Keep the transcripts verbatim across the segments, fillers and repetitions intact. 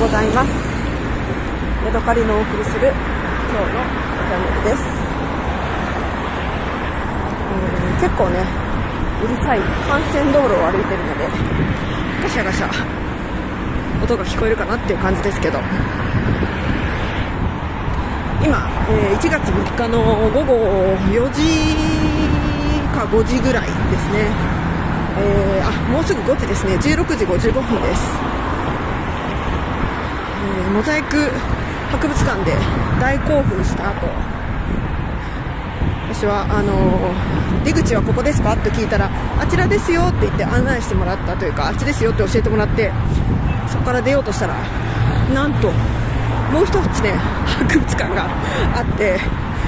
ございます。ヤドカリのお送りする今日のチャンネルです。うん、結構ねうるさい幹線道路を歩いてるのでガシャガシャ音が聞こえるかなっていう感じですけど、今、えー、いちがつみっかのごごよじかごじぐらいですね。えー、あもうすぐごじですね。じゅうろくじごじゅうごふんです。えー、モザイク博物館で大興奮した後、私はあのー、出口はここですかって聞いたら、あちらですよって言って案内してもらったというか、あっちですよって教えてもらって、そこから出ようとしたら、なんともう一つね博物館があって、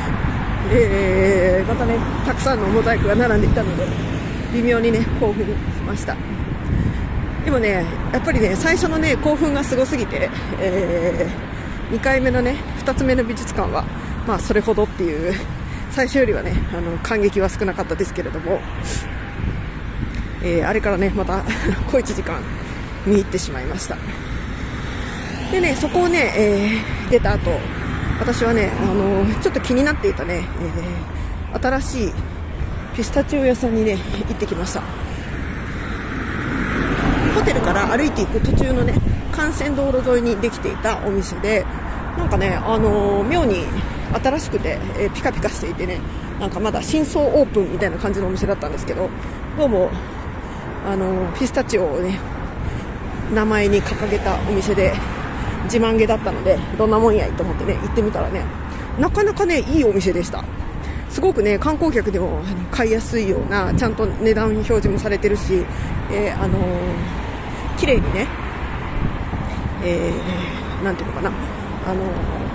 えー、またねたくさんのモザイクが並んでいたので微妙にね興奮しました。でもねやっぱりね最初のね興奮がすごすぎて、えー、にかいめのねふたつめの美術館はまあそれほどっていう、最初よりはねあの感激は少なかったですけれども、えー、あれからねまた小いちじかん見入ってしまいました。でねそこをね、えー、出た後、私はねあのちょっと気になっていたね、えー、新しいピスタチオ屋さんにね行ってきました。ホテルから歩いていく途中のね幹線道路沿いにできていたお店で、なんかねあの妙に新しくて、えー、ピカピカしていてね、なんかまだ新装オープンみたいな感じのお店だったんですけど、どうもあのピスタチオをね名前に掲げたお店で自慢げだったので、どんなもんやいと思ってね行ってみたらね、なかなかねいいお店でした。すごくね観光客でも買いやすいような、ちゃんと値段表示もされてるし、えー、あのー、綺麗にね、えー、なんていうのかな、あの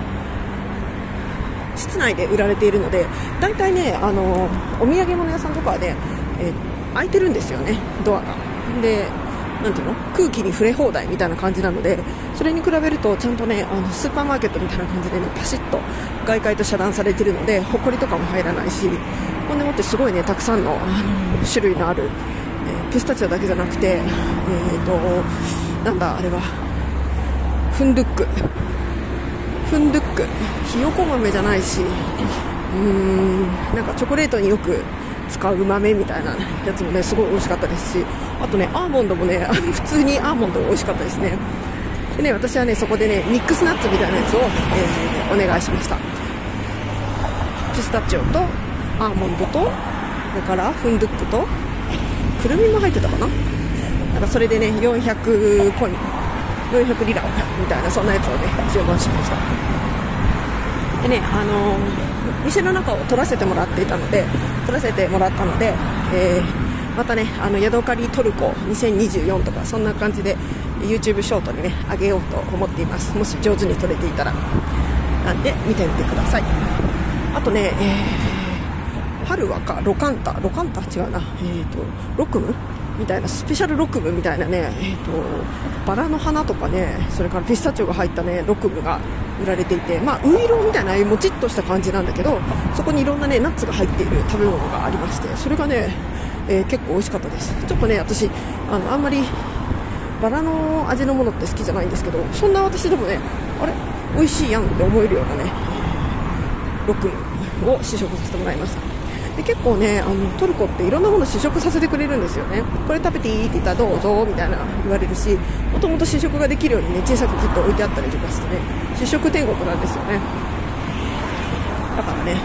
ー、室内で売られているので、だいたいね、あのー、お土産物屋さんとかはね、えー、開いてるんですよね、ドアが。でなんていうの、空気に触れ放題みたいな感じなので、それに比べるとちゃんとねあのスーパーマーケットみたいな感じでねパシッと外界と遮断されているので、ホコリとかも入らないし、ほんでもってすごいねたくさんの、あの種類のある、えー、ピスタチオだけじゃなくて、えーとなんだあれはフンドゥックフンドゥックひよこ豆じゃないし、うーんなんかチョコレートによく使う豆みたいなやつもねすごい美味しかったですし、あとねアーモンドもね普通にアーモンド美味しかったですね。でね私はねそこでねミックスナッツみたいなやつを、えー、お願いしました。ピスタチオとアーモンドと、それからフンドゥックとくるみも入ってたかな。なんかそれでねよんひゃくコインよんひゃくリラみたいなそんなやつをね注文しました。でねあのー店の中を撮らせてもらっていたので撮らせてもらったので、えー、またねあのヤドカリトルコにせんにじゅうよんとかそんな感じで YouTube ショートにね上げようと思っています。もし上手に撮れていたらなんで見てみてください。あとね、えー、春はかロカンタロカンタ違うな、えーとロクムみたいなスペシャルロクムみたいなね、えーとバラの花とかね、それからピスタチオが入ったねロクムが売られていて、まあウイローみたいなもちっとした感じなんだけど、そこにいろんなねナッツが入っている食べ物がありまして、それがね、えー、結構美味しかったです。ちょっとね私あのあんまりバラの味のものって好きじゃないんですけど、そんな私でもねあれ美味しいやんって思えるようなねロクムを試食させてもらいました。で結構ねあのトルコっていろんなもの試食させてくれるんですよね。これ食べていいって言ったらどうぞみたいな言われるし、もともと試食ができるようにね小さく切って置いてあったりとかしてね、試食天国なんですよね。だからね、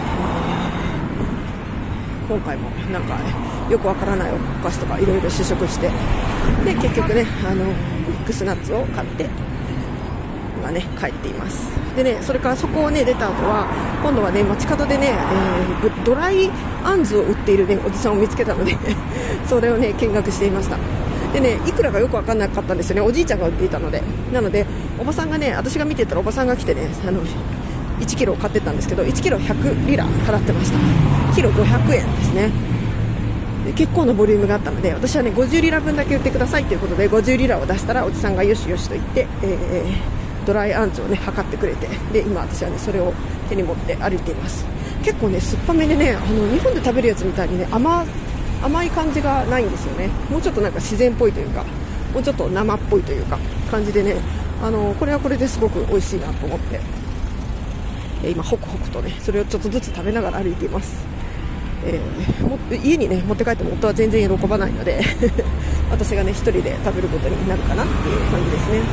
今回もなんかよくわからないお菓子とかいろいろ試食して、で結局ねあのミックスナッツを買って今ね帰っています。でねそれからそこをね出た後は今度はね街角でね、えー、ドライあんずを売っているねおじさんを見つけたのでそれをね見学していました。でねいくらかよく分かんなかったんですよね。おじいちゃんが売っていたので、なのでおばさんがね私が見てたらおばさんが来てねあのいちキロを買ってったんですけど、いちキロひゃくリラ払ってました。キロごひゃくえんですね。で結構なボリュームがあったので、私はねごじゅうリラ分だけ売ってくださいということでごじゅうリラを出したらおじさんがよしよしと言って、えードライあんずをね測ってくれて、で今私はねそれを手に持って歩いています。結構ね酸っぱめでね、あの日本で食べるやつみたいにね 甘, 甘い感じがないんですよね。もうちょっとなんか自然っぽいというか、もうちょっと生っぽいというか感じでね、 あのこれはこれですごく美味しいなと思って、えー、今ホクホクとねそれをちょっとずつ食べながら歩いています。えー、も家にね持って帰っても夫は全然喜ばないので私がね一人で食べることになるかなっていう感じですね。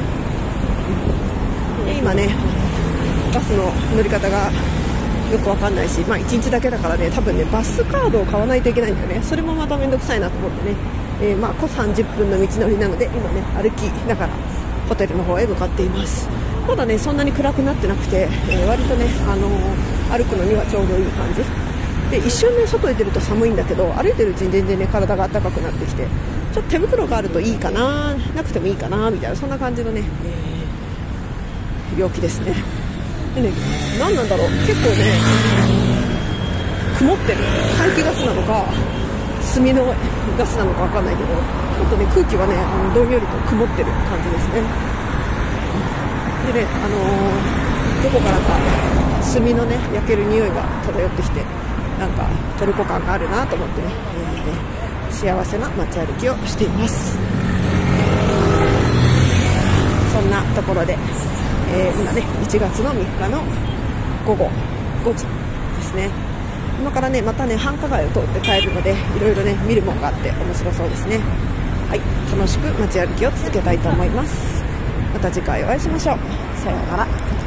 で今ねバスの乗り方がよくわかんないし、まあ、いちにちだけだからね多分ねバスカードを買わないといけないんだよね。それもまためんどくさいなと思ってね、えー、まあ小さんじゅっぷんの道のりなので今ね歩きながらホテルの方へ向かっています。まだねそんなに暗くなってなくて、えー、割とね、あのー、歩くのにはちょうどいい感じで、一瞬ね外へ出ると寒いんだけど歩いてるうちに全然ね体が暖かくなってきて、ちょっと手袋があるといいかななくてもいいかなみたいなそんな感じのね、えー、陽気ですね。でね、何なんだろう、結構ね曇ってる、排気ガスなのか炭のガスなのか分かんないけど、ちょっとね空気はねあのどんよりと曇ってる感じですね。でね、あのー、どこからか炭のね焼ける匂いが漂ってきて、なんかトルコ感があるなと思ってね、えー、幸せな街歩きをしています。そんなところで、えー、今ねいちがつのみっかのごごごじですね。今からねまたね繁華街を通って帰るのでいろいろね見るものがあって面白そうですね。はい、楽しく街歩きを続けたいと思います。また次回お会いしましょう。さようなら。